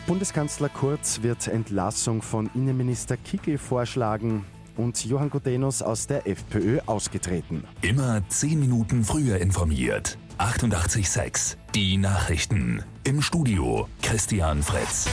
Bundeskanzler Kurz wird Entlassung von Innenminister Kickl vorschlagen und Johann Gudenus aus der FPÖ ausgetreten. Immer 10 Minuten früher informiert. 88,6. Die Nachrichten. Im Studio Christian Fritz.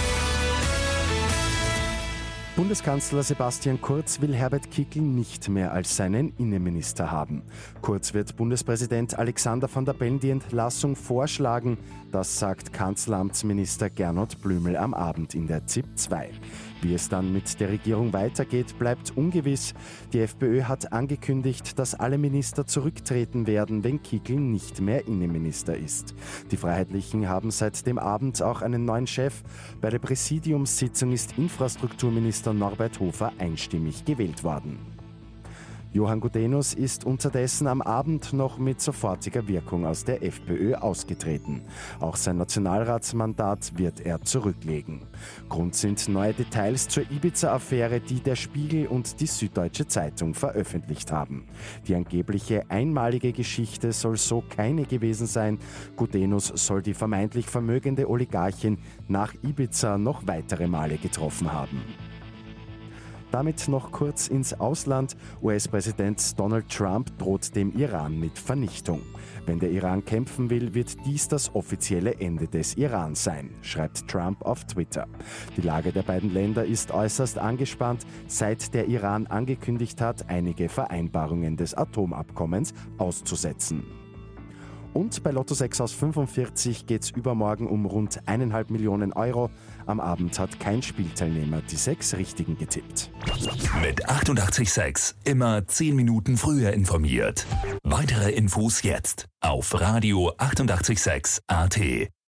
Bundeskanzler Sebastian Kurz will Herbert Kickl nicht mehr als seinen Innenminister haben. Kurz wird Bundespräsident Alexander Van der Bellen die Entlassung vorschlagen. Das sagt Kanzleramtsminister Gernot Blümel am Abend in der ZIP 2. Wie es dann mit der Regierung weitergeht, bleibt ungewiss. Die FPÖ hat angekündigt, dass alle Minister zurücktreten werden, wenn Kickl nicht mehr Innenminister ist. Die Freiheitlichen haben seit dem Abend auch einen neuen Chef. Bei der Präsidiumssitzung ist Infrastrukturminister Norbert Hofer einstimmig gewählt worden. Johann Gudenus ist unterdessen am Abend noch mit sofortiger Wirkung aus der FPÖ ausgetreten. Auch sein Nationalratsmandat wird er zurücklegen. Grund sind neue Details zur Ibiza-Affäre, die der Spiegel und die Süddeutsche Zeitung veröffentlicht haben. Die angebliche einmalige Geschichte soll so keine gewesen sein. Gudenus soll die vermeintlich vermögende Oligarchin nach Ibiza noch weitere Male getroffen haben. Damit noch kurz ins Ausland. US-Präsident Donald Trump droht dem Iran mit Vernichtung. Wenn der Iran kämpfen will, wird dies das offizielle Ende des Iran sein, schreibt Trump auf Twitter. Die Lage der beiden Länder ist äußerst angespannt, seit der Iran angekündigt hat, einige Vereinbarungen des Atomabkommens auszusetzen. Und bei Lotto 6 aus 45 geht's übermorgen um rund 1,5 Millionen Euro. Am Abend hat kein Spielteilnehmer die 6 Richtigen getippt. Mit 88,6 immer 10 Minuten früher informiert. Weitere Infos jetzt auf Radio 88,6 AT.